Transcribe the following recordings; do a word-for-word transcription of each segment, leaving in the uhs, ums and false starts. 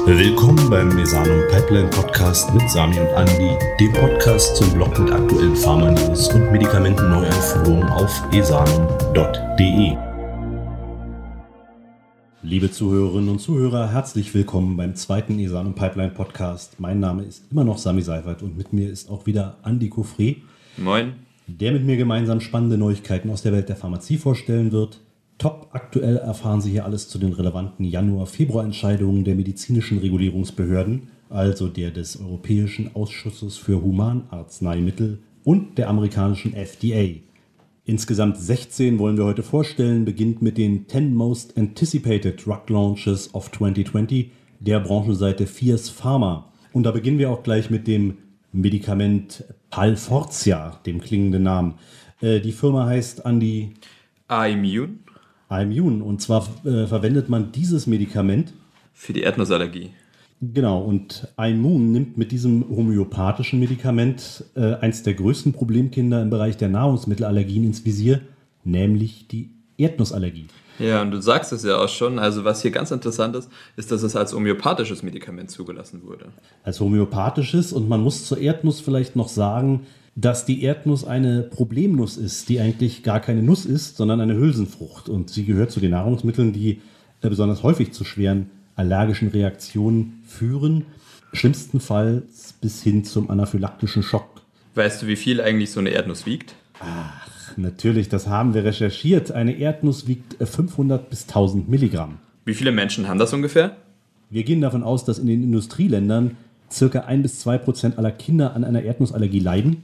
Willkommen beim Mesanum Pipeline Podcast mit Sami und Andi, dem Podcast zum Blog mit aktuellen Pharma-News und Medikamentenneueinführungen auf esanum punkt de. Liebe Zuhörerinnen und Zuhörer, herzlich willkommen beim zweiten Esanum Pipeline Podcast. Mein Name ist immer noch Sami Seifert und mit mir ist auch wieder Andi Kofré. Moin. Der mit mir gemeinsam spannende Neuigkeiten aus der Welt der Pharmazie vorstellen wird. Top aktuell erfahren Sie hier alles zu den relevanten Januar-Februar-Entscheidungen der medizinischen Regulierungsbehörden, also der des Europäischen Ausschusses für Humanarzneimittel und der amerikanischen F D A. Insgesamt sechzehn wollen wir heute vorstellen, beginnt mit den ten Most Anticipated Drug Launches of twenty twenty der Branchenseite Fierce Pharma. Und da beginnen wir auch gleich mit dem Medikament Palforzia, dem klingenden Namen. Äh, die Firma heißt, Andi... Aimmune. Aimmune. Und zwar äh, verwendet man dieses Medikament für die Erdnussallergie. Genau, und Aimmune nimmt mit diesem homöopathischen Medikament äh, eins der größten Problemkinder im Bereich der Nahrungsmittelallergien ins Visier, nämlich die Erdnussallergie. Ja, und du sagst es ja auch schon, also was hier ganz interessant ist, ist, dass es als homöopathisches Medikament zugelassen wurde. Als homöopathisches, und man muss zur Erdnuss vielleicht noch sagen, dass die Erdnuss eine Problemnuss ist, die eigentlich gar keine Nuss ist, sondern eine Hülsenfrucht. Und sie gehört zu den Nahrungsmitteln, die äh, besonders häufig zu schweren allergischen Reaktionen führen, schlimmstenfalls bis hin zum anaphylaktischen Schock. Weißt du, wie viel eigentlich so eine Erdnuss wiegt? Ach, natürlich, das haben wir recherchiert. Eine Erdnuss wiegt fünfhundert bis tausend Milligramm. Wie viele Menschen haben das ungefähr? Wir gehen davon aus, dass in den Industrieländern circa ein bis zwei Prozent aller Kinder an einer Erdnussallergie leiden.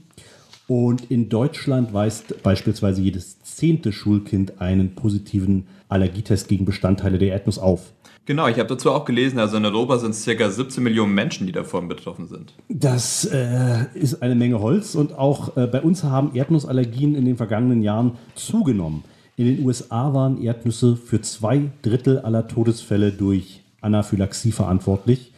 Und in Deutschland weist beispielsweise jedes zehnte Schulkind einen positiven Allergietest gegen Bestandteile der Erdnuss auf. Genau, ich habe dazu auch gelesen, also in Europa sind es ca. siebzehn Millionen Menschen, die davon betroffen sind. Das äh, ist eine Menge Holz, und auch äh, bei uns haben Erdnussallergien in den vergangenen Jahren zugenommen. In den U S A waren Erdnüsse für zwei Drittel aller Todesfälle durch Anaphylaxie verantwortlich,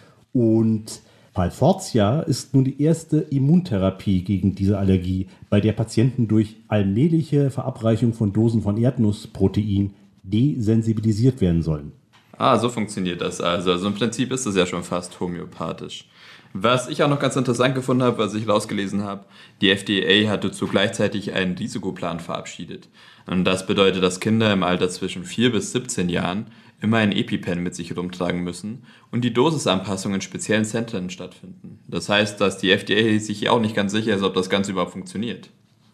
und Palforzia ist nun die erste Immuntherapie gegen diese Allergie, bei der Patienten durch allmähliche Verabreichung von Dosen von Erdnussprotein desensibilisiert werden sollen. Ah, so funktioniert das also. Also im Prinzip ist das ja schon fast homöopathisch. Was ich auch noch ganz interessant gefunden habe, was ich rausgelesen habe, die F D A hat dazu gleichzeitig einen Risikoplan verabschiedet. Und das bedeutet, dass Kinder im Alter zwischen vier bis siebzehn Jahren immer ein EpiPen mit sich rumtragen müssen und die Dosisanpassungen in speziellen Zentren stattfinden. Das heißt, dass die F D A sich auch nicht ganz sicher ist, ob das Ganze überhaupt funktioniert.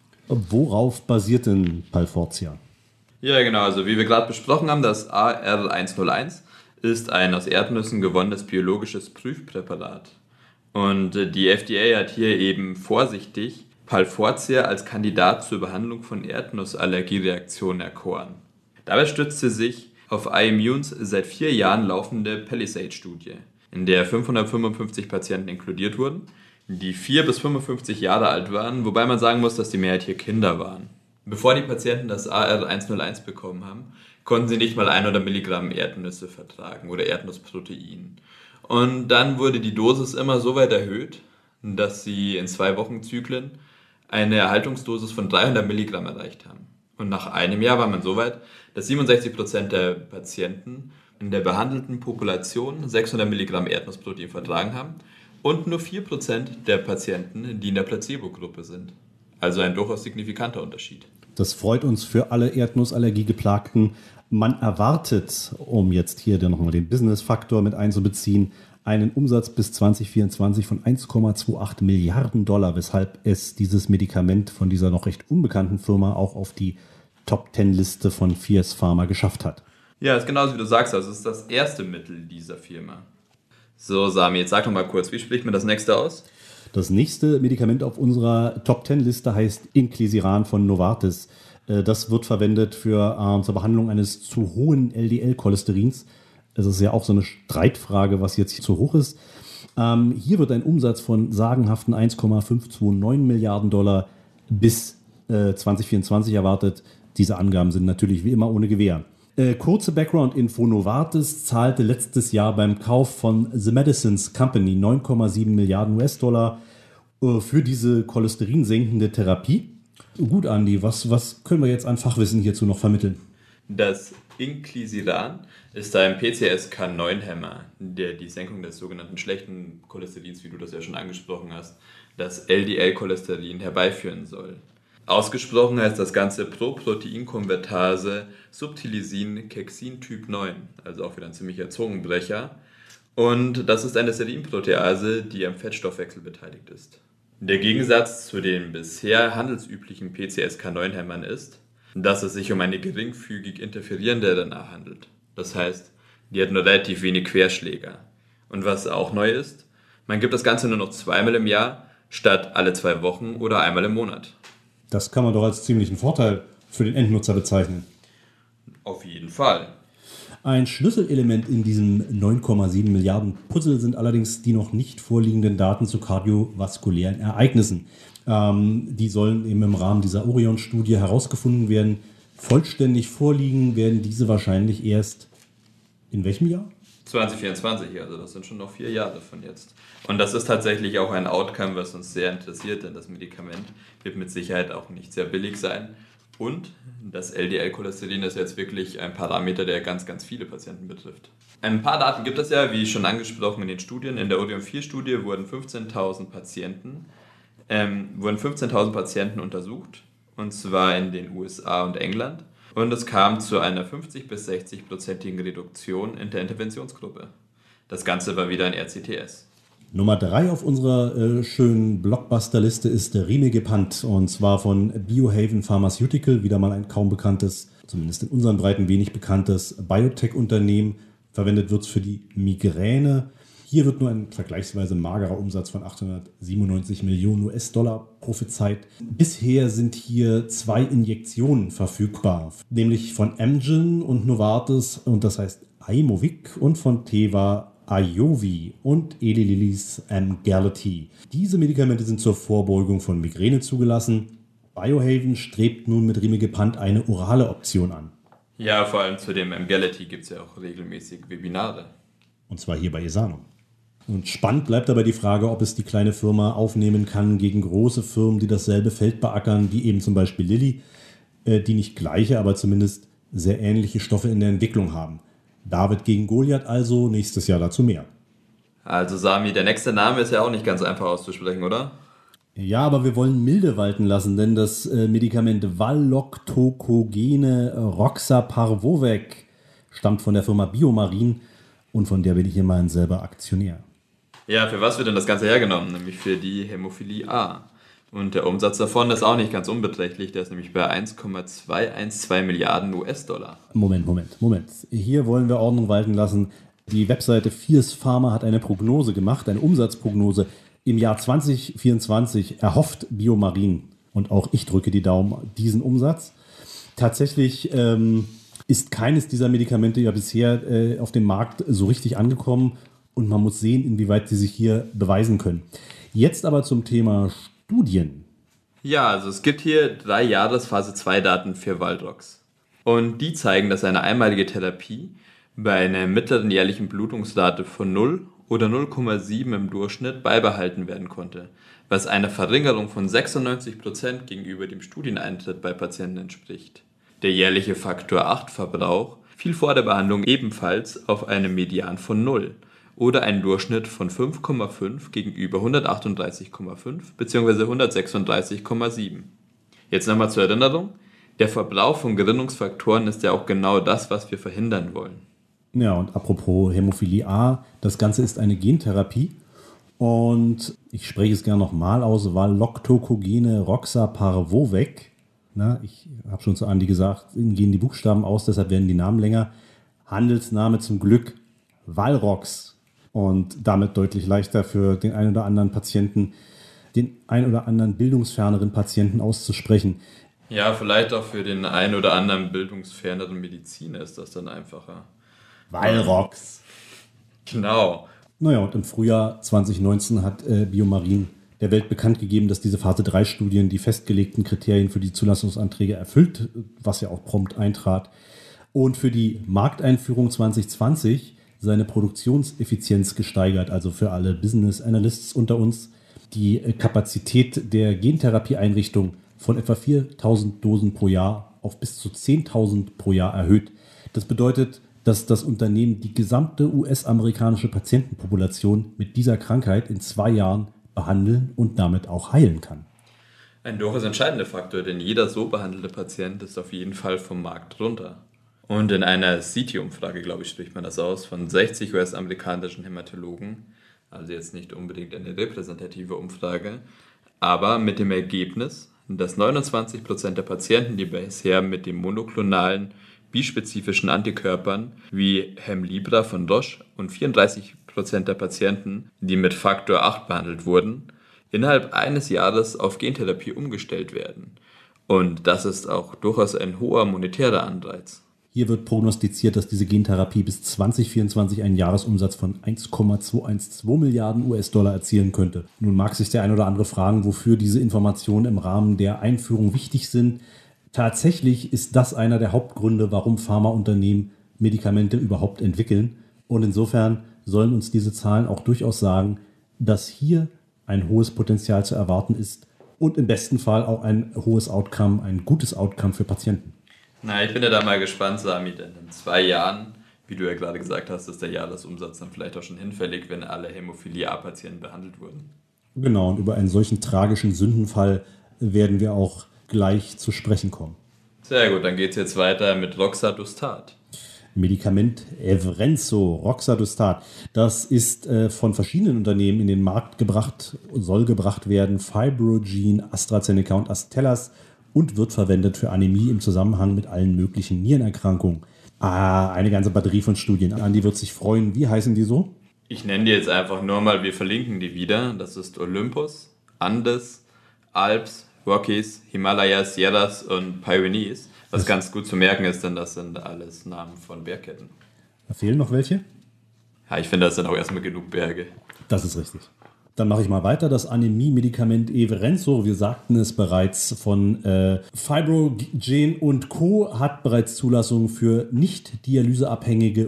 Worauf basiert denn Palforzia? Ja, genau. Also wie wir gerade besprochen haben, das A R hunderteins ist ein aus Erdnüssen gewonnenes biologisches Prüfpräparat. Und die F D A hat hier eben vorsichtig Palforzia als Kandidat zur Behandlung von Erdnussallergiereaktionen erkoren. Dabei stützt sie sich auf Aimmunes seit vier Jahren laufende Palisade-Studie, in der fünfhundertfünfundfünfzig Patienten inkludiert wurden, die vier bis fünfundfünfzig Jahre alt waren, wobei man sagen muss, dass die Mehrheit hier Kinder waren. Bevor die Patienten das A R hunderteins bekommen haben, konnten sie nicht mal hundert Milligramm Erdnüsse vertragen oder Erdnussprotein. Und dann wurde die Dosis immer so weit erhöht, dass sie in zwei Wochenzyklen eine Erhaltungsdosis von dreihundert Milligramm erreicht haben. Und nach einem Jahr war man so weit, dass siebenundsechzig Prozent der Patienten in der behandelten Population sechshundert Milligramm Erdnussprotein vertragen haben und nur vier Prozent der Patienten, die in der Placebo-Gruppe sind. Also ein durchaus signifikanter Unterschied. Das freut uns für alle Erdnussallergie-Geplagten. Man erwartet, um jetzt hier dann nochmal den Business-Faktor mit einzubeziehen, einen Umsatz bis zwanzig vierundzwanzig von eins Komma achtundzwanzig Milliarden Dollar, weshalb es dieses Medikament von dieser noch recht unbekannten Firma auch auf die Top zehn Liste von Fierce Pharma geschafft hat. Ja, ist genauso wie du sagst, also es ist das erste Mittel dieser Firma. So, Sami, jetzt sag doch mal kurz, wie spricht man das nächste aus? Das nächste Medikament auf unserer Top zehn Liste heißt Inclisiran von Novartis. Das wird verwendet für, äh, zur Behandlung eines zu hohen L D L-Cholesterins. Es ist ja auch so eine Streitfrage, was jetzt zu hoch ist. Ähm, hier wird ein Umsatz von sagenhaften eins Komma fünfhundertneunundzwanzig Milliarden Dollar bis äh, zwanzig vierundzwanzig erwartet. Diese Angaben sind natürlich wie immer ohne Gewähr. Äh, kurze Background-Info. Novartis zahlte letztes Jahr beim Kauf von The Medicines Company neun Komma sieben Milliarden U S-Dollar äh, für diese cholesterinsenkende Therapie. Gut, Andi, was, was können wir jetzt an Fachwissen hierzu noch vermitteln? Das Inclisiran ist ein P C S K neun Hämmer, der die Senkung des sogenannten schlechten Cholesterins, wie du das ja schon angesprochen hast, das L D L-Cholesterin herbeiführen soll. Ausgesprochen heißt das Ganze Proproteinkonvertase Subtilisin-Kexin Typ neun, also auch wieder ein ziemlicher Zungenbrecher. Und das ist eine Serinprotease, die am Fettstoffwechsel beteiligt ist. Der Gegensatz zu den bisher handelsüblichen P C S K neun Hämmern ist, dass es sich um eine geringfügig interferierende R N A handelt. Das heißt, die hat nur relativ wenig Querschläger. Und was auch neu ist, man gibt das Ganze nur noch zweimal im Jahr, statt alle zwei Wochen oder einmal im Monat. Das kann man doch als ziemlichen Vorteil für den Endnutzer bezeichnen. Auf jeden Fall. Ein Schlüsselelement in diesem neun Komma sieben Milliarden Puzzle sind allerdings die noch nicht vorliegenden Daten zu kardiovaskulären Ereignissen. Ähm, die sollen eben im Rahmen dieser Orion-Studie herausgefunden werden. Vollständig vorliegen werden diese wahrscheinlich erst in welchem Jahr? zwanzig vierundzwanzig, also das sind schon noch vier Jahre von jetzt. Und das ist tatsächlich auch ein Outcome, was uns sehr interessiert, denn das Medikament wird mit Sicherheit auch nicht sehr billig sein. Und das L D L-Cholesterin ist jetzt wirklich ein Parameter, der ganz, ganz viele Patienten betrifft. Ein paar Daten gibt es ja, wie schon angesprochen in den Studien. In der Orion vier Studie wurden fünfzehntausend Patienten, ähm, wurden fünfzehntausend Patienten untersucht, und zwar in den U S A und England. Und es kam zu einer fünfzig bis sechzig-prozentigen Reduktion in der Interventionsgruppe. Das Ganze war wieder ein R C T S. Nummer drei auf unserer äh, schönen Blockbuster-Liste ist Rimegepant, und zwar von Biohaven Pharmaceutical, wieder mal ein kaum bekanntes, zumindest in unseren Breiten wenig bekanntes Biotech-Unternehmen. Verwendet wird es für die Migräne. Hier wird nur ein vergleichsweise magerer Umsatz von achthundertsiebenundneunzig Millionen U S-Dollar prophezeit. Bisher sind hier zwei Injektionen verfügbar, nämlich von Amgen und Novartis, und das heißt Aimovig, und von Teva Aiovi und Eli Lilly's Emgality. Diese Medikamente sind zur Vorbeugung von Migräne zugelassen. Biohaven strebt nun mit Rimegepant eine orale Option an. Ja, vor allem zu dem Emgality gibt es ja auch regelmäßig Webinare. Und zwar hier bei Esano. Und spannend bleibt dabei die Frage, ob es die kleine Firma aufnehmen kann gegen große Firmen, die dasselbe Feld beackern, wie eben zum Beispiel Lilly, die nicht gleiche, aber zumindest sehr ähnliche Stoffe in der Entwicklung haben. David gegen Goliath also, nächstes Jahr dazu mehr. Also Sami, der nächste Name ist ja auch nicht ganz einfach auszusprechen, oder? Ja, aber wir wollen milde walten lassen, denn das äh, Medikament Valoctocogene Roxaparvovec stammt von der Firma Biomarin, und von der bin ich immerhin selber Aktionär. Ja, für was wird denn das Ganze hergenommen? Nämlich für die Hämophilie A. Und der Umsatz davon ist auch nicht ganz unbeträchtlich, der ist nämlich bei eins Komma zweihundertzwölf Milliarden U S-Dollar. Moment, Moment, Moment. Hier wollen wir Ordnung walten lassen. Die Webseite Fierce Pharma hat eine Prognose gemacht, eine Umsatzprognose. Im Jahr zwanzig vierundzwanzig erhofft Biomarin, und auch ich drücke die Daumen, diesen Umsatz. Tatsächlich ähm, ist keines dieser Medikamente ja bisher äh, auf dem Markt so richtig angekommen, und man muss sehen, inwieweit sie sich hier beweisen können. Jetzt aber zum Thema Studien. Ja, also es gibt hier drei Jahres Phase zwei Daten für Valrox. Und die zeigen, dass eine einmalige Therapie bei einer mittleren jährlichen Blutungsrate von null oder null Komma sieben im Durchschnitt beibehalten werden konnte, was einer Verringerung von sechsundneunzig Prozent gegenüber dem Studieneintritt bei Patienten entspricht. Der jährliche Faktor acht Verbrauch fiel vor der Behandlung ebenfalls auf einem Median von null oder einen Durchschnitt von fünf Komma fünf gegenüber hundertachtunddreißig Komma fünf bzw. hundertsechsunddreißig Komma sieben. Jetzt nochmal zur Erinnerung, der Verbrauch von Gerinnungsfaktoren ist ja auch genau das, was wir verhindern wollen. Ja, und apropos Hämophilie A, das Ganze ist eine Gentherapie, und ich spreche es gerne nochmal aus, Valoctocogene Roxaparvovec. Na, ich habe schon zu Andi gesagt, ihnen gehen die Buchstaben aus, deshalb werden die Namen länger. Handelsname zum Glück Valrox, und damit deutlich leichter für den einen oder anderen Patienten, den ein oder anderen bildungsferneren Patienten auszusprechen. Ja, vielleicht auch für den ein oder anderen bildungsferneren Mediziner ist das dann einfacher. Valrox. Genau. Naja, und im Frühjahr zwanzig neunzehn hat äh, Biomarin der Welt bekannt gegeben, dass diese Phase drei Studien die festgelegten Kriterien für die Zulassungsanträge erfüllt, was ja auch prompt eintrat. Und für die Markteinführung zwanzig zwanzig seine Produktionseffizienz gesteigert, also für alle Business Analysts unter uns, die Kapazität der Gentherapieeinrichtung von etwa viertausend Dosen pro Jahr auf bis zu zehntausend pro Jahr erhöht. Das bedeutet, dass das Unternehmen die gesamte U S-amerikanische Patientenpopulation mit dieser Krankheit in zwei Jahren behandeln und damit auch heilen kann. Ein durchaus entscheidender Faktor, denn jeder so behandelte Patient ist auf jeden Fall vom Markt runter. Und in einer C T-Umfrage, glaube ich, spricht man das aus, von sechzig U S-amerikanischen Hämatologen, also jetzt nicht unbedingt eine repräsentative Umfrage, aber mit dem Ergebnis, dass neunundzwanzig Prozent der Patienten, die bisher mit den monoklonalen bispezifischen Antikörpern wie Hemlibra von Roche und vierunddreißig Prozent der Patienten, die mit Faktor acht behandelt wurden, innerhalb eines Jahres auf Gentherapie umgestellt werden. Und das ist auch durchaus ein hoher monetärer Anreiz. Hier wird prognostiziert, dass diese Gentherapie bis zwanzig vierundzwanzig einen Jahresumsatz von eins Komma zweihundertzwölf Milliarden U S-Dollar erzielen könnte. Nun mag sich der ein oder andere fragen, wofür diese Informationen im Rahmen der Einführung wichtig sind. Tatsächlich ist das einer der Hauptgründe, warum Pharmaunternehmen Medikamente überhaupt entwickeln. Und insofern sollen uns diese Zahlen auch durchaus sagen, dass hier ein hohes Potenzial zu erwarten ist und im besten Fall auch ein hohes Outcome, ein gutes Outcome für Patienten. Na, ich bin ja da mal gespannt, Sami, denn in zwei Jahren, wie du ja gerade gesagt hast, ist der Jahresumsatz dann vielleicht auch schon hinfällig, wenn alle Hämophilie A-Patienten behandelt wurden. Genau, und über einen solchen tragischen Sündenfall werden wir auch gleich zu sprechen kommen. Sehr gut, dann geht es jetzt weiter mit Roxadustat. Medikament Evrenzo, Roxadustat. Das ist äh, von verschiedenen Unternehmen in den Markt gebracht, soll gebracht werden. Fibrogene, AstraZeneca und Astellas und wird verwendet für Anämie im Zusammenhang mit allen möglichen Nierenerkrankungen. Ah, eine ganze Batterie von Studien. Andi wird sich freuen. Wie heißen die so? Ich nenne die jetzt einfach nur mal, wir verlinken die wieder. Das ist Olympus, Andes, Alps, Rockies, Himalayas, Sierras und Pyrenees. Was das ganz gut zu merken ist, denn das sind alles Namen von Bergketten. Da fehlen noch welche? Ja, ich finde, das sind auch erstmal genug Berge. Das ist richtig. Dann mache ich mal weiter. Das Anämie-Medikament Evrenzo, wir sagten es bereits, von äh, Fibrogene und Co. hat bereits Zulassung für nicht dialyseabhängige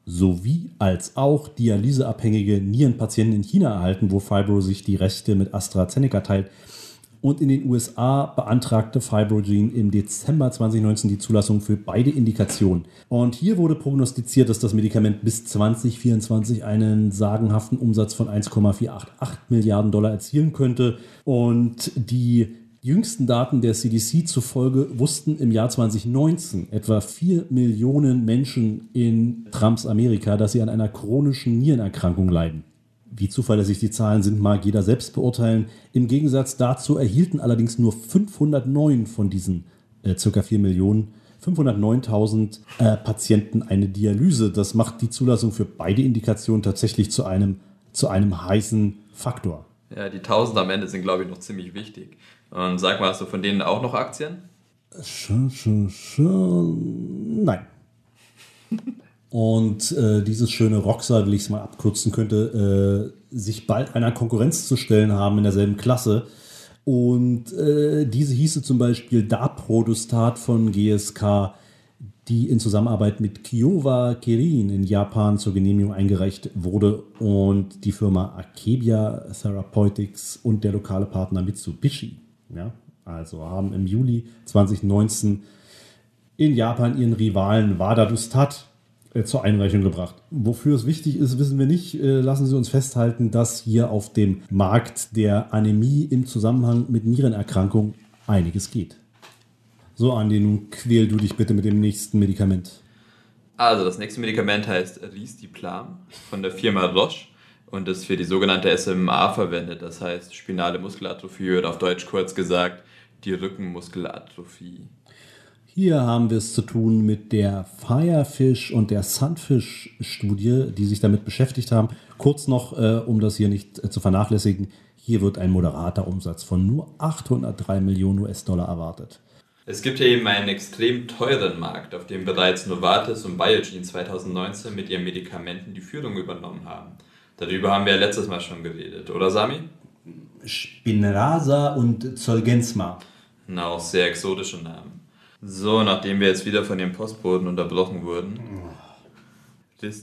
sowie als auch dialyseabhängige Nierenpatienten in China erhalten, wo Fibro sich die Rechte mit AstraZeneca teilt. Und in den U S A beantragte Fibrogene im Dezember zwanzig neunzehn die Zulassung für beide Indikationen. Und hier wurde prognostiziert, dass das Medikament bis zwanzig vierundzwanzig einen sagenhaften Umsatz von eins Komma vierhundertachtundachtzig Milliarden Dollar erzielen könnte. Und die jüngsten Daten der C D C zufolge wussten im Jahr zwanzig neunzehn etwa vier Millionen Menschen in Trumps Amerika, dass sie an einer chronischen Nierenerkrankung leiden. Wie zuverlässig die Zahlen sind, mag jeder selbst beurteilen. Im Gegensatz dazu erhielten allerdings nur fünfhundertneun von diesen äh, ca. vier Millionen, fünfhundertneuntausend äh, Patienten eine Dialyse. Das macht die Zulassung für beide Indikationen tatsächlich zu einem, zu einem heißen Faktor. Ja, die tausend am Ende sind, glaube ich, noch ziemlich wichtig. Und sag mal, hast du von denen auch noch Aktien? Sch, sch, sch, nein. Und äh, dieses schöne Roxa, will ich es mal abkürzen, könnte äh, sich bald einer Konkurrenz zu stellen haben in derselben Klasse. Und äh, diese hieße zum Beispiel Daprodustat von G S K, die in Zusammenarbeit mit Kyowa Kirin in Japan zur Genehmigung eingereicht wurde. Und die Firma Akebia Therapeutics und der lokale Partner Mitsubishi, ja, also haben im Juli zwanzig neunzehn in Japan ihren Rivalen Vadadustat zur Einreichung gebracht. Wofür es wichtig ist, wissen wir nicht. Lassen Sie uns festhalten, dass hier auf dem Markt der Anämie im Zusammenhang mit Nierenerkrankung einiges geht. So, Andi, nun quäl du dich bitte mit dem nächsten Medikament. Also, das nächste Medikament heißt Risdiplam von der Firma Roche und ist für die sogenannte S M A verwendet, das heißt spinale Muskelatrophie oder auf Deutsch kurz gesagt die Rückenmuskelatrophie. Hier haben wir es zu tun mit der Firefish und der Sunfish-Studie, die sich damit beschäftigt haben. Kurz noch, äh, um das hier nicht äh, zu vernachlässigen, hier wird ein moderater Umsatz von nur achthundertdrei Millionen U S-Dollar erwartet. Es gibt hier eben einen extrem teuren Markt, auf dem bereits Novartis und Biogen zwanzig neunzehn mit ihren Medikamenten die Führung übernommen haben. Darüber haben wir ja letztes Mal schon geredet, oder Sami? Spinraza und Zolgensma. Na, auch sehr exotische Namen. So, nachdem wir jetzt wieder von dem Postboten unterbrochen wurden,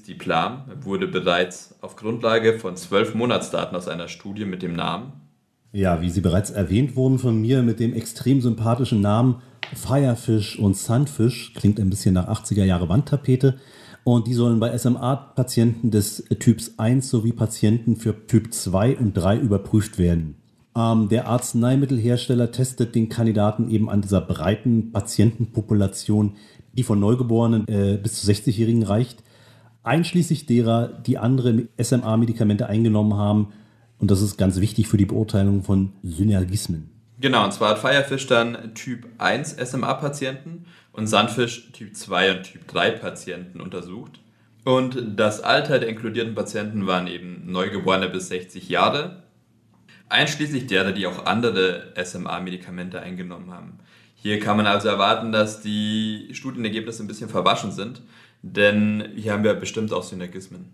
Risdiplam wurde bereits auf Grundlage von zwölf Monatsdaten aus einer Studie mit dem Namen Ja, wie sie bereits erwähnt wurden von mir mit dem extrem sympathischen Namen Firefish und Sunfish, klingt ein bisschen nach achtziger Jahre Wandtapete. Und die sollen bei S M A-Patienten des Typs eins sowie Patienten für Typ zwei und drei überprüft werden. Ähm, der Arzneimittelhersteller testet den Kandidaten eben an dieser breiten Patientenpopulation, die von Neugeborenen äh, bis zu sechzigjährigen reicht, einschließlich derer, die andere S M A-Medikamente eingenommen haben. Und das ist ganz wichtig für die Beurteilung von Synergismen. Genau, und zwar hat Firefish dann Typ eins S M A-Patienten und Sunfish Typ zwei und Typ drei Patienten untersucht. Und das Alter der inkludierten Patienten waren eben Neugeborene bis sechzig Jahre, einschließlich derer, die auch andere S M A-Medikamente eingenommen haben. Hier kann man also erwarten, dass die Studienergebnisse ein bisschen verwaschen sind, denn hier haben wir bestimmt auch Synergismen.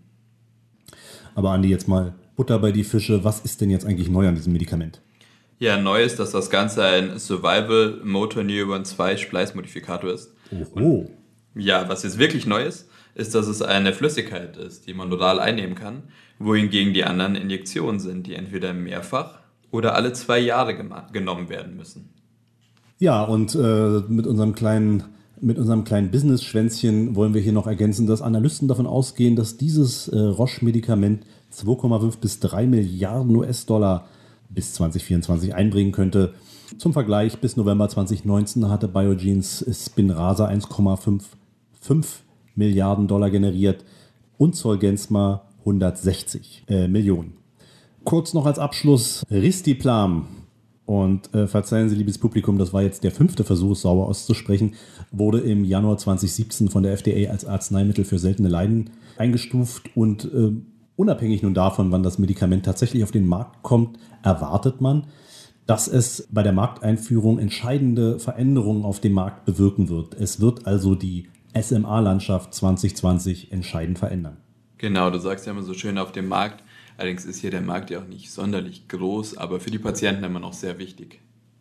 Aber Andi, jetzt mal Butter bei die Fische. Was ist denn jetzt eigentlich neu an diesem Medikament? Ja, neu ist, dass das Ganze ein Survival Motor Neuron zwei Spleißmodifikator ist. Oh. Ja, was jetzt wirklich neu ist, ist, dass es eine Flüssigkeit ist, die man oral einnehmen kann, wohingegen die anderen Injektionen sind, die entweder mehrfach oder alle zwei Jahre gem- genommen werden müssen. Ja, und äh, mit unserem kleinen, mit unserem kleinen Business-Schwänzchen wollen wir hier noch ergänzen, dass Analysten davon ausgehen, dass dieses äh, Roche-Medikament zwei Komma fünf bis drei Milliarden U S-Dollar bis zwanzig vierundzwanzig einbringen könnte. Zum Vergleich, bis November zwanzig neunzehn hatte Biogenes Spinraza eins Komma fünfundfünfzig Milliarden Dollar generiert und Zolgensma hundertsechzig äh, Millionen. Kurz noch als Abschluss, Risdiplam. Und äh, verzeihen Sie, liebes Publikum, das war jetzt der fünfte Versuch, es sauber auszusprechen, wurde im Januar zwanzig siebzehn von der F D A als Arzneimittel für seltene Leiden eingestuft und äh, unabhängig nun davon, wann das Medikament tatsächlich auf den Markt kommt, erwartet man, dass es bei der Markteinführung entscheidende Veränderungen auf dem Markt bewirken wird. Es wird also die S M A-Landschaft zwanzig zwanzig entscheidend verändern. Genau, du sagst ja immer so schön auf dem Markt. Allerdings ist hier der Markt ja auch nicht sonderlich groß, aber für die Patienten immer noch sehr wichtig.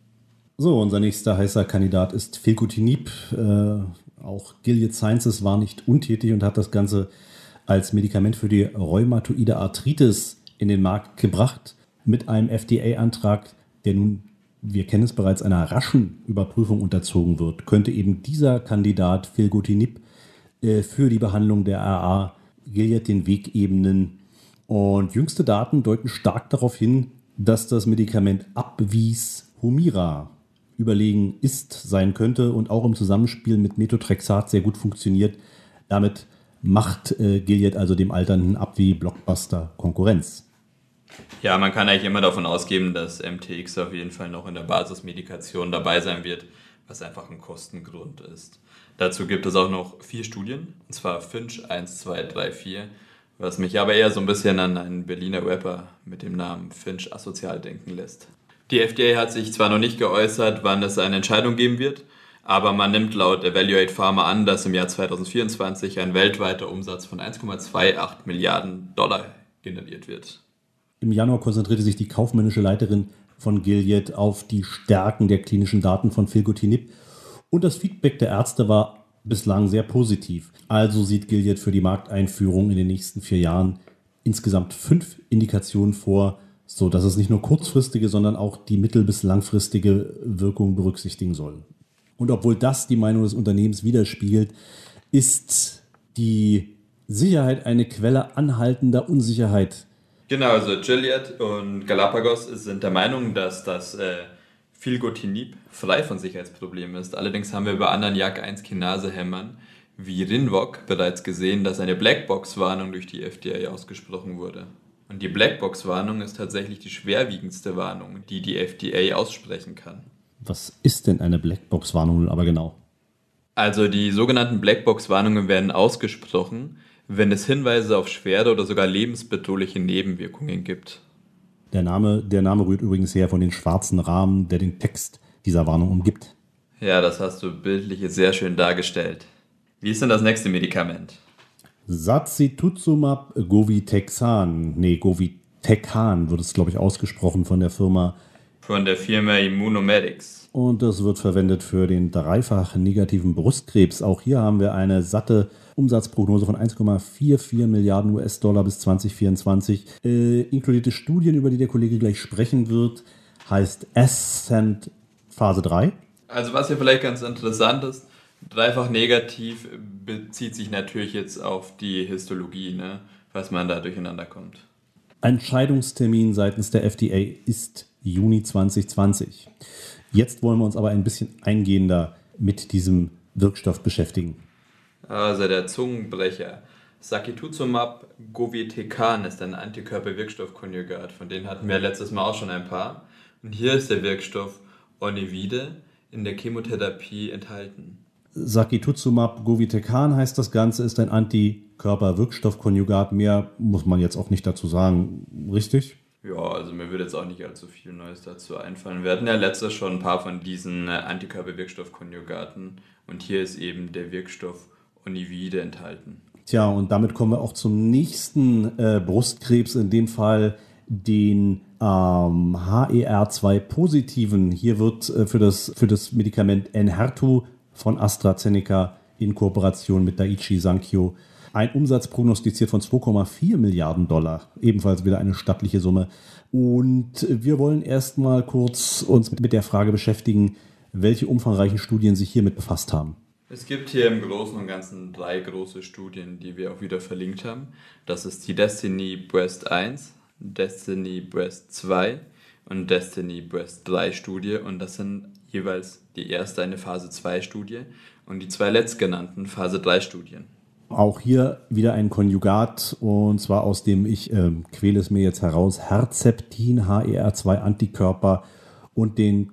So, unser nächster heißer Kandidat ist Filgotinib. Äh, auch Gilead Sciences war nicht untätig und hat das Ganze als Medikament für die rheumatoide Arthritis in den Markt gebracht mit einem F D A-Antrag, der nun, wir kennen es bereits, einer raschen Überprüfung unterzogen wird. Könnte eben dieser Kandidat Filgotinib äh, für die Behandlung der R A Gilead den Weg ebnen. Und jüngste Daten deuten stark darauf hin, dass das Medikament Abwies Humira überlegen ist, sein könnte und auch im Zusammenspiel mit Methotrexat sehr gut funktioniert. Damit macht äh, Gilead also dem alternden Abwie-Blockbuster Konkurrenz. Ja, man kann eigentlich immer davon ausgehen, dass M T X auf jeden Fall noch in der Basismedikation dabei sein wird, was einfach ein Kostengrund ist. Dazu gibt es auch noch vier Studien, und zwar Finch eins, zwei, drei, vier, was mich aber eher so ein bisschen an einen Berliner Rapper mit dem Namen Finch asozial denken lässt. Die F D A hat sich zwar noch nicht geäußert, wann es eine Entscheidung geben wird, aber man nimmt laut Evaluate Pharma an, dass im Jahr zwanzig vierundzwanzig ein weltweiter Umsatz von eins Komma achtundzwanzig Milliarden Dollar generiert wird. Im Januar konzentrierte sich die kaufmännische Leiterin von Gilead auf die Stärken der klinischen Daten von Filgotinib und das Feedback der Ärzte war bislang sehr positiv. Also sieht Gilead für die Markteinführung in den nächsten vier Jahren insgesamt fünf Indikationen vor, sodass es nicht nur kurzfristige, sondern auch die mittel- bis langfristige Wirkung berücksichtigen soll. Und obwohl das die Meinung des Unternehmens widerspiegelt, ist die Sicherheit eine Quelle anhaltender Unsicherheit. Genau, also Gilead und Galapagos sind der Meinung, dass das äh, Filgotinib frei von Sicherheitsproblemen ist. Allerdings haben wir bei anderen J A K eins Kinase-Hämmern wie Rinvoq bereits gesehen, dass eine Blackbox-Warnung durch die F D A ausgesprochen wurde. Und die Blackbox-Warnung ist tatsächlich die schwerwiegendste Warnung, die die F D A aussprechen kann. Was ist denn eine Blackbox-Warnung aber genau? Also die sogenannten Blackbox-Warnungen werden ausgesprochen, wenn es Hinweise auf schwere oder sogar lebensbedrohliche Nebenwirkungen gibt. Der Name, der Name rührt übrigens her von den schwarzen Rahmen, der den Text dieser Warnung umgibt. Ja, das hast du bildlich jetzt sehr schön dargestellt. Wie ist denn das nächste Medikament? Sacituzumab Govitexan. Nee, Govitecan wird es, glaube ich, ausgesprochen von der Firma. Von der Firma Immunomedics. Und das wird verwendet für den dreifach negativen Brustkrebs. Auch hier haben wir eine satte Umsatzprognose von eins Komma vierundvierzig Milliarden U S-Dollar bis zwanzig vierundzwanzig. Äh, inkludierte Studien, über die der Kollege gleich sprechen wird, heißt Ascent Phase drei. Also was hier vielleicht ganz interessant ist, dreifach negativ bezieht sich natürlich jetzt auf die Histologie, ne? Was man da durcheinander kommt. Entscheidungstermin seitens der F D A ist Juni zwanzig zwanzig. Jetzt wollen wir uns aber ein bisschen eingehender mit diesem Wirkstoff beschäftigen. Also der Zungenbrecher. Sacituzumab govitecan ist ein Antikörper-Wirkstoffkonjugat. Von denen hatten wir letztes Mal auch schon ein paar. Und hier ist der Wirkstoff Onivide in der Chemotherapie enthalten. Sacituzumab govitecan heißt das Ganze, ist ein Antikörper-Wirkstoffkonjugat. Mehr muss man jetzt auch nicht dazu sagen, richtig? Ja, also mir würde jetzt auch nicht allzu viel Neues dazu einfallen. Wir hatten ja letztes schon ein paar von diesen Antikörper-Wirkstoffkonjugaten und hier ist eben der Wirkstoff Onivide enthalten. Tja, und damit kommen wir auch zum nächsten äh, Brustkrebs, in dem Fall den ähm, H E R zwei positiven. Hier wird äh, für, das, für das Medikament Enhertu von AstraZeneca in Kooperation mit Daiichi Sankyo ein Umsatz prognostiziert von zwei Komma vier Milliarden Dollar. Ebenfalls wieder eine stattliche Summe. Und wir wollen erstmal kurz uns mit der Frage beschäftigen, welche umfangreichen Studien sich hiermit befasst haben. Es gibt hier im Großen und Ganzen drei große Studien, die wir auch wieder verlinkt haben. Das ist die Destiny Breast eins, Destiny Breast zwei und Destiny Breast drei Studie. Und das sind jeweils die erste eine Phase zwei Studie und die zwei letztgenannten Phase drei Studien. Auch hier wieder ein Konjugat, und zwar aus dem, ich äh, quäle es mir jetzt heraus, Herceptin H E R zwei Antikörper und den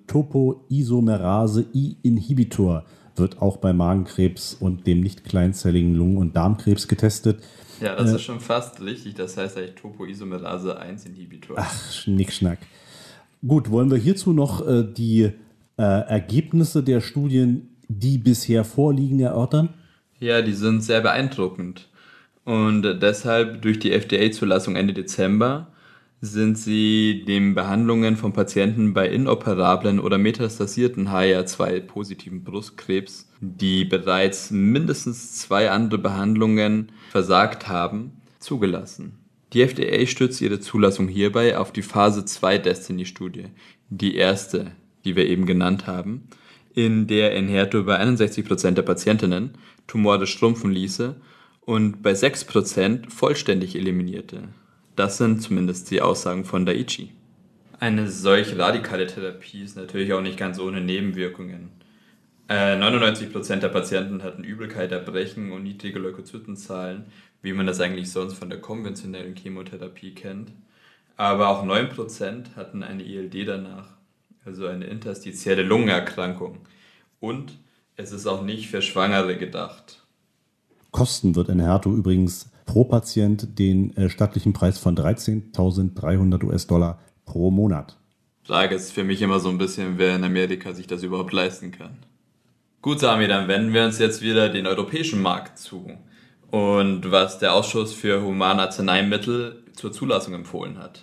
Topoisomerase-I-Inhibitor wird auch bei Magenkrebs und dem nicht kleinzelligen Lungen- und Darmkrebs getestet. Ja, das äh, ist schon fast richtig. Das heißt eigentlich Topoisomerase eins Inhibitor. Ach, Schnickschnack. Gut, wollen wir hierzu noch äh, die äh, Ergebnisse der Studien, die bisher vorliegen, erörtern? Ja, die sind sehr beeindruckend. Und deshalb durch die F D A-Zulassung Ende Dezember sind sie den Behandlungen von Patienten bei inoperablen oder metastasierten H E R zwei positiven Brustkrebs, die bereits mindestens zwei andere Behandlungen versagt haben, zugelassen. Die F D A stützt ihre Zulassung hierbei auf die Phase zwei Destiny-Studie, die erste, die wir eben genannt haben, in der Enhertu bei einundsechzig Prozent der Patientinnen Tumore schrumpfen ließe und bei sechs Prozent vollständig eliminierte. Das sind zumindest die Aussagen von Daiichi. Eine solch radikale Therapie ist natürlich auch nicht ganz ohne Nebenwirkungen. Äh, neunundneunzig Prozent der Patienten hatten Übelkeit, Erbrechen und niedrige Leukozytenzahlen, wie man das eigentlich sonst von der konventionellen Chemotherapie kennt. Aber auch neun Prozent hatten eine I L D danach, also eine interstitielle Lungenerkrankung. Und es ist auch nicht für Schwangere gedacht. Kosten wird Enhertu übrigens pro Patient den äh, stattlichen Preis von dreizehntausenddreihundert US-Dollar pro Monat. Frage ist für mich immer so ein bisschen, wer in Amerika sich das überhaupt leisten kann. Gut, Sami, dann wenden wir uns jetzt wieder den europäischen Markt zu und was der Ausschuss für Humane Arzneimittel zur Zulassung empfohlen hat.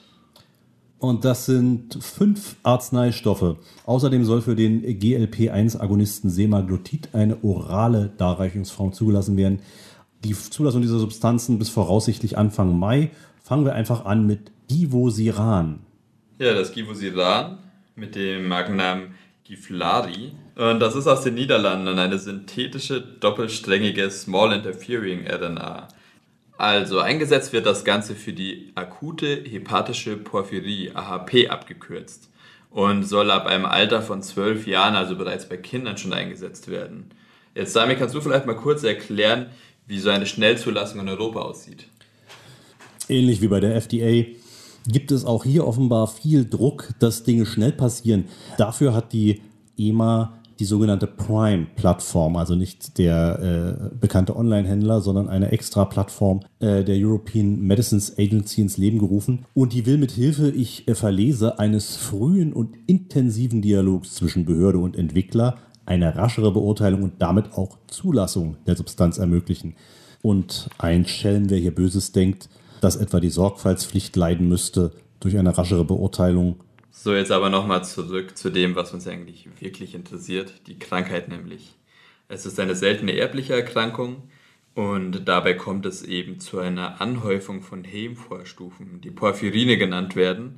Und das sind fünf Arzneistoffe. Außerdem soll für den G L P eins Agonisten Semaglutid eine orale Darreichungsform zugelassen werden. Die Zulassung dieser Substanzen bis voraussichtlich Anfang Mai. Fangen wir einfach an mit Givosiran. Ja, das Givosiran mit dem Markennamen Giflari. Und das ist aus den Niederlanden eine synthetische, doppelsträngige Small Interfering R N A. Also eingesetzt wird das Ganze für die akute hepatische Porphyrie, A H P abgekürzt, und soll ab einem Alter von zwölf Jahren, also bereits bei Kindern, schon eingesetzt werden. Jetzt, Sami, kannst du vielleicht mal kurz erklären, wie so eine Schnellzulassung in Europa aussieht? Ähnlich wie bei der F D A gibt es auch hier offenbar viel Druck, dass Dinge schnell passieren. Dafür hat die E M A die sogenannte Prime-Plattform, also nicht der äh, bekannte Online-Händler, sondern eine extra Plattform äh, der European Medicines Agency ins Leben gerufen. Und die will mit Hilfe, ich äh, verlese, eines frühen und intensiven Dialogs zwischen Behörde und Entwickler eine raschere Beurteilung und damit auch Zulassung der Substanz ermöglichen. Und ein Schelm, wer hier Böses denkt, dass etwa die Sorgfaltspflicht leiden müsste durch eine raschere Beurteilung. So, jetzt aber nochmal zurück zu dem, was uns eigentlich wirklich interessiert, die Krankheit nämlich. Es ist eine seltene erbliche Erkrankung und dabei kommt es eben zu einer Anhäufung von Heimvorstufen, die Porphyrine genannt werden.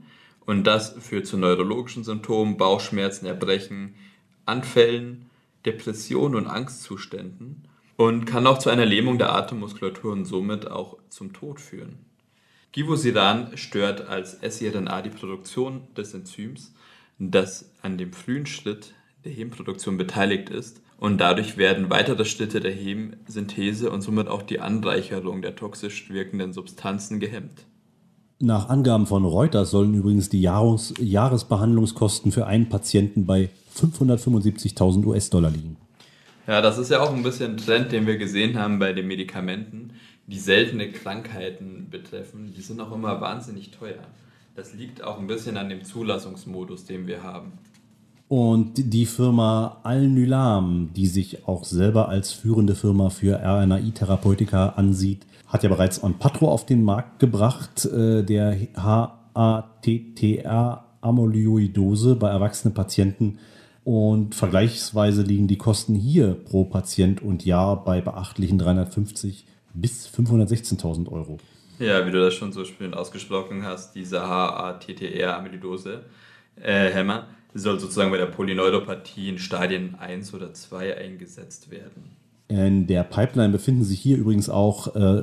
Und das führt zu neurologischen Symptomen, Bauchschmerzen, Erbrechen, Anfällen, Depressionen und Angstzuständen und kann auch zu einer Lähmung der Atemmuskulatur und somit auch zum Tod führen. Givosiran stört als S-I R N A die Produktion des Enzyms, das an dem frühen Schritt der Hämproduktion beteiligt ist, und dadurch werden weitere Schritte der Hemsynthese und somit auch die Anreicherung der toxisch wirkenden Substanzen gehemmt. Nach Angaben von Reuters sollen übrigens die Jahres- Jahresbehandlungskosten für einen Patienten bei fünfhundertfünfundsiebzigtausend U S-Dollar liegen. Ja, das ist ja auch ein bisschen ein Trend, den wir gesehen haben bei den Medikamenten, die seltene Krankheiten betreffen. Die sind auch immer wahnsinnig teuer. Das liegt auch ein bisschen an dem Zulassungsmodus, den wir haben. Und die Firma Alnylam, die sich auch selber als führende Firma für R N A I-Therapeutika ansieht, hat ja bereits Onpatro auf den Markt gebracht, äh, der H A T T R-Amyloidose bei erwachsenen Patienten. Und vergleichsweise liegen die Kosten hier pro Patient und Jahr bei beachtlichen dreihundertfünfzig bis fünfhundertsechzehntausend Euro. Ja, wie du das schon so schön ausgesprochen hast, diese H A T T R-Amyloidose, äh, Hämmer, soll sozusagen bei der Polyneuropathie in Stadien eins oder zwei eingesetzt werden. In der Pipeline befinden sich hier übrigens auch äh,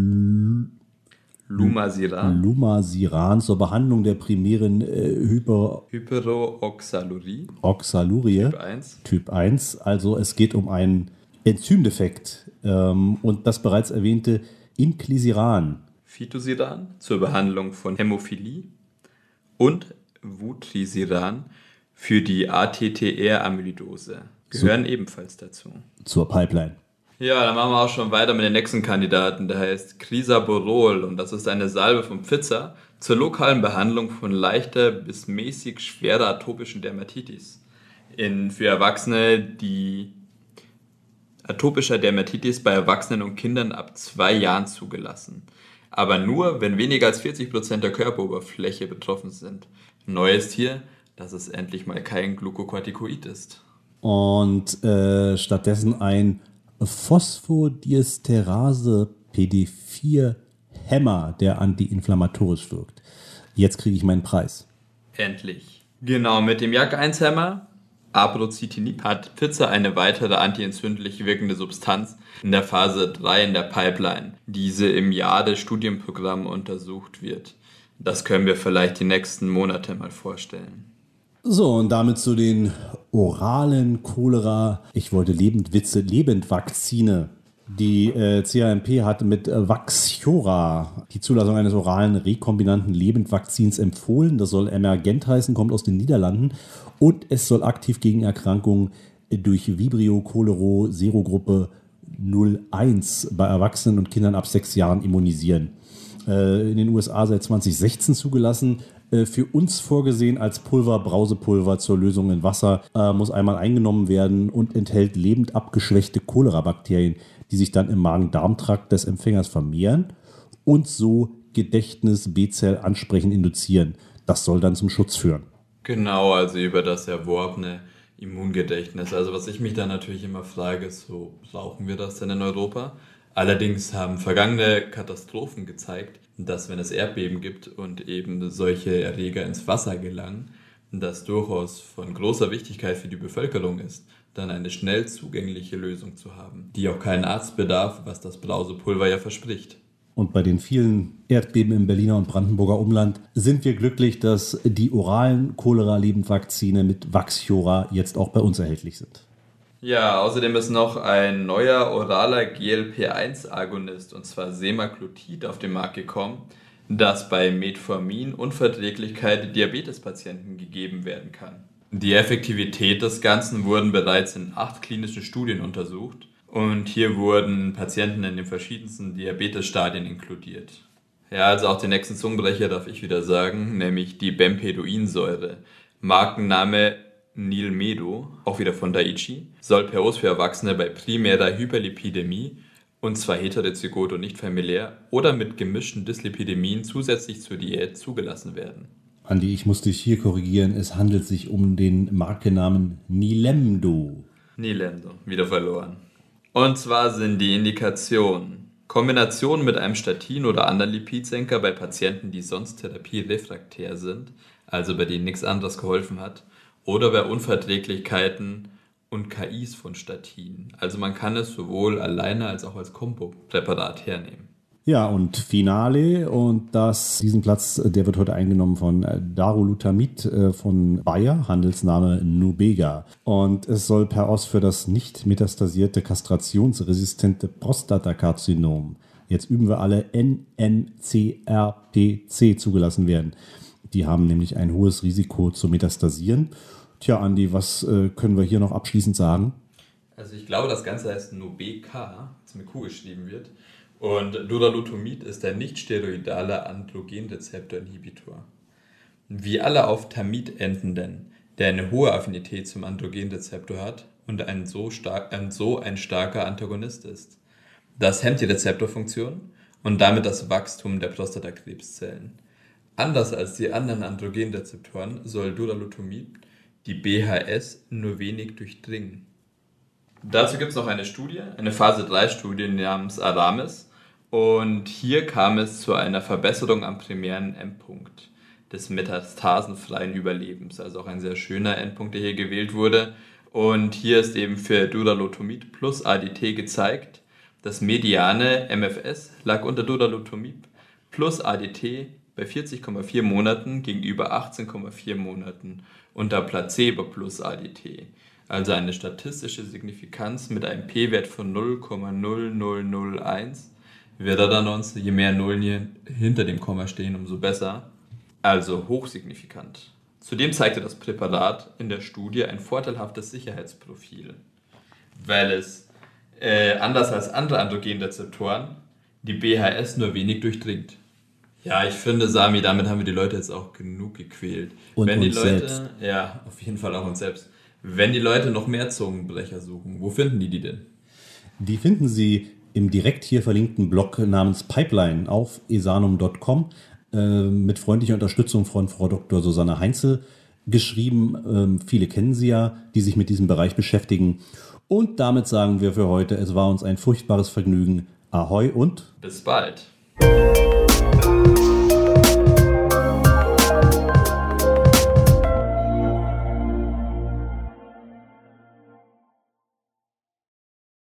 Lumasiran. Lumasiran zur Behandlung der primären äh, Hyper Hyperooxalurie. Oxalurie Typ eins. Typ eins. Also es geht um einen Enzymdefekt ähm, und das bereits erwähnte Inclisiran. Fitosiran zur Behandlung von Hämophilie und Vutrisiran für die A T T R-Amyloidose gehören so ebenfalls dazu. Zur Pipeline. Ja, dann machen wir auch schon weiter mit dem nächsten Kandidaten, der heißt Crisaborol und das ist eine Salbe von Pfizer zur lokalen Behandlung von leichter bis mäßig schwerer atopischen Dermatitis. In, für Erwachsene, die atopischer Dermatitis bei Erwachsenen und Kindern ab zwei Jahren zugelassen. Aber nur, wenn weniger als vierzig Prozent der Körperoberfläche betroffen sind. Neu ist hier, dass es endlich mal kein Glucocorticoid ist. Und äh, stattdessen ein Phosphodiesterase P D vier Hämmer, der antiinflammatorisch wirkt. Jetzt kriege ich meinen Preis. Endlich. Genau, mit dem Jak eins Hämmer, Aprocitinib, hat Pfizer eine weitere antientzündlich wirkende Substanz in der Phase drei in der Pipeline. Diese im Jade-Studienprogramm untersucht wird. Das können wir vielleicht die nächsten Monate mal vorstellen. So, und damit zu den oralen Cholera, ich wollte Lebendwitze, Lebendvakzine. Die äh, C A M P hat mit äh, Vaxiora die Zulassung eines oralen rekombinanten Lebendvakzins empfohlen. Das soll Emergent heißen, kommt aus den Niederlanden und es soll aktiv gegen Erkrankungen durch Vibrio cholero Serogruppe null eins bei Erwachsenen und Kindern ab sechs Jahren immunisieren. Äh, in den U S A seit zwanzig sechzehn zugelassen. Für uns vorgesehen als Pulver, Brausepulver zur Lösung in Wasser, äh, muss einmal eingenommen werden und enthält lebend abgeschwächte Cholera-Bakterien, die sich dann im Magen-Darm-Trakt des Empfängers vermehren und so Gedächtnis-B-Zell-Ansprechen induzieren. Das soll dann zum Schutz führen. Genau, also über das erworbene Immungedächtnis. Also was ich mich da natürlich immer frage, ist so, brauchen wir das denn in Europa? Allerdings haben vergangene Katastrophen gezeigt, dass wenn es Erdbeben gibt und eben solche Erreger ins Wasser gelangen, das durchaus von großer Wichtigkeit für die Bevölkerung ist, dann eine schnell zugängliche Lösung zu haben, die auch keinen Arzt bedarf, was das Brausepulver ja verspricht. Und bei den vielen Erdbeben im Berliner und Brandenburger Umland sind wir glücklich, dass die oralen Cholera-Lebendvakzine mit Vaxiora jetzt auch bei uns erhältlich sind. Ja, außerdem ist noch ein neuer oraler G L P eins Agonist, und zwar Semaglutid, auf den Markt gekommen, das bei Metformin-Unverträglichkeit Diabetespatienten gegeben werden kann. Die Effektivität des Ganzen wurden bereits in acht klinischen Studien untersucht und hier wurden Patienten in den verschiedensten Diabetesstadien inkludiert. Ja, also auch den nächsten Zungenbrecher darf ich wieder sagen, nämlich die Bempedoinsäure, Markenname Nilmedo, auch wieder von Daiichi, soll per Os für Erwachsene bei primärer Hyperlipidämie, und zwar heterozygot und nicht familiär, oder mit gemischten Dyslipidämien zusätzlich zur Diät zugelassen werden. Andi, ich muss dich hier korrigieren, es handelt sich um den Markennamen Nilemdo. Nilemdo, wieder verloren. Und zwar sind die Indikationen Kombination mit einem Statin oder anderen Lipidsenker bei Patienten, die sonst therapierefraktär sind, also bei denen nichts anderes geholfen hat, oder bei Unverträglichkeiten und K Is von Statin. Also man kann es sowohl alleine als auch als Kombo-Präparat hernehmen. Ja, und Finale, und das, diesen Platz, der wird heute eingenommen von Darolutamid von Bayer, Handelsname Nubega. Und es soll per Os für das nicht metastasierte, kastrationsresistente Prostatakarzinom, jetzt üben wir alle, N M C R P C zugelassen werden. Die haben nämlich ein hohes Risiko zu metastasieren. Tja, Andi, was äh, können wir hier noch abschließend sagen? Also ich glaube, das Ganze heißt Nubega, das mit Q geschrieben wird. Und Darolutamid ist ein nicht-steroidaler Androgenrezeptor-Inhibitor. Wie alle auf Tamid endenden, der eine hohe Affinität zum Androgenrezeptor hat und ein so, stark, ein so ein starker Antagonist ist. Das hemmt die Rezeptorfunktion und damit das Wachstum der Prostatakrebszellen. Anders als die anderen Androgenrezeptoren soll Darolutamid die B H S nur wenig durchdringen. Dazu gibt es noch eine Studie, eine Phase drei Studie namens ARAMIS, und hier kam es zu einer Verbesserung am primären Endpunkt des metastasenfreien Überlebens, also auch ein sehr schöner Endpunkt, der hier gewählt wurde. Und hier ist eben für Darolutamid plus A D T gezeigt, das mediane M F S lag unter Darolutamid plus A D T bei vierzig Komma vier Monaten gegenüber achtzehn Komma vier Monaten unter Placebo plus A D T. Also eine statistische Signifikanz mit einem P-Wert von null Komma null null null eins. Wird er dann uns, je mehr Nullen hier hinter dem Komma stehen, umso besser. Also hochsignifikant. Zudem zeigte das Präparat in der Studie ein vorteilhaftes Sicherheitsprofil, weil es, äh, anders als andere Androgenrezeptoren, die B H S nur wenig durchdringt. Ja, ich finde, Sami, damit haben wir die Leute jetzt auch genug gequält. Und Wenn die uns Leute, selbst. Ja, auf jeden Fall auch uns selbst. Wenn die Leute noch mehr Zungenbrecher suchen, wo finden die die denn? Die finden Sie im direkt hier verlinkten Blog namens Pipeline auf esanum Punkt com äh, mit freundlicher Unterstützung von Frau Doktor Susanne Heinzel geschrieben. Ähm, viele kennen sie ja, die sich mit diesem Bereich beschäftigen. Und damit sagen wir für heute, es war uns ein furchtbares Vergnügen. Ahoi und bis bald.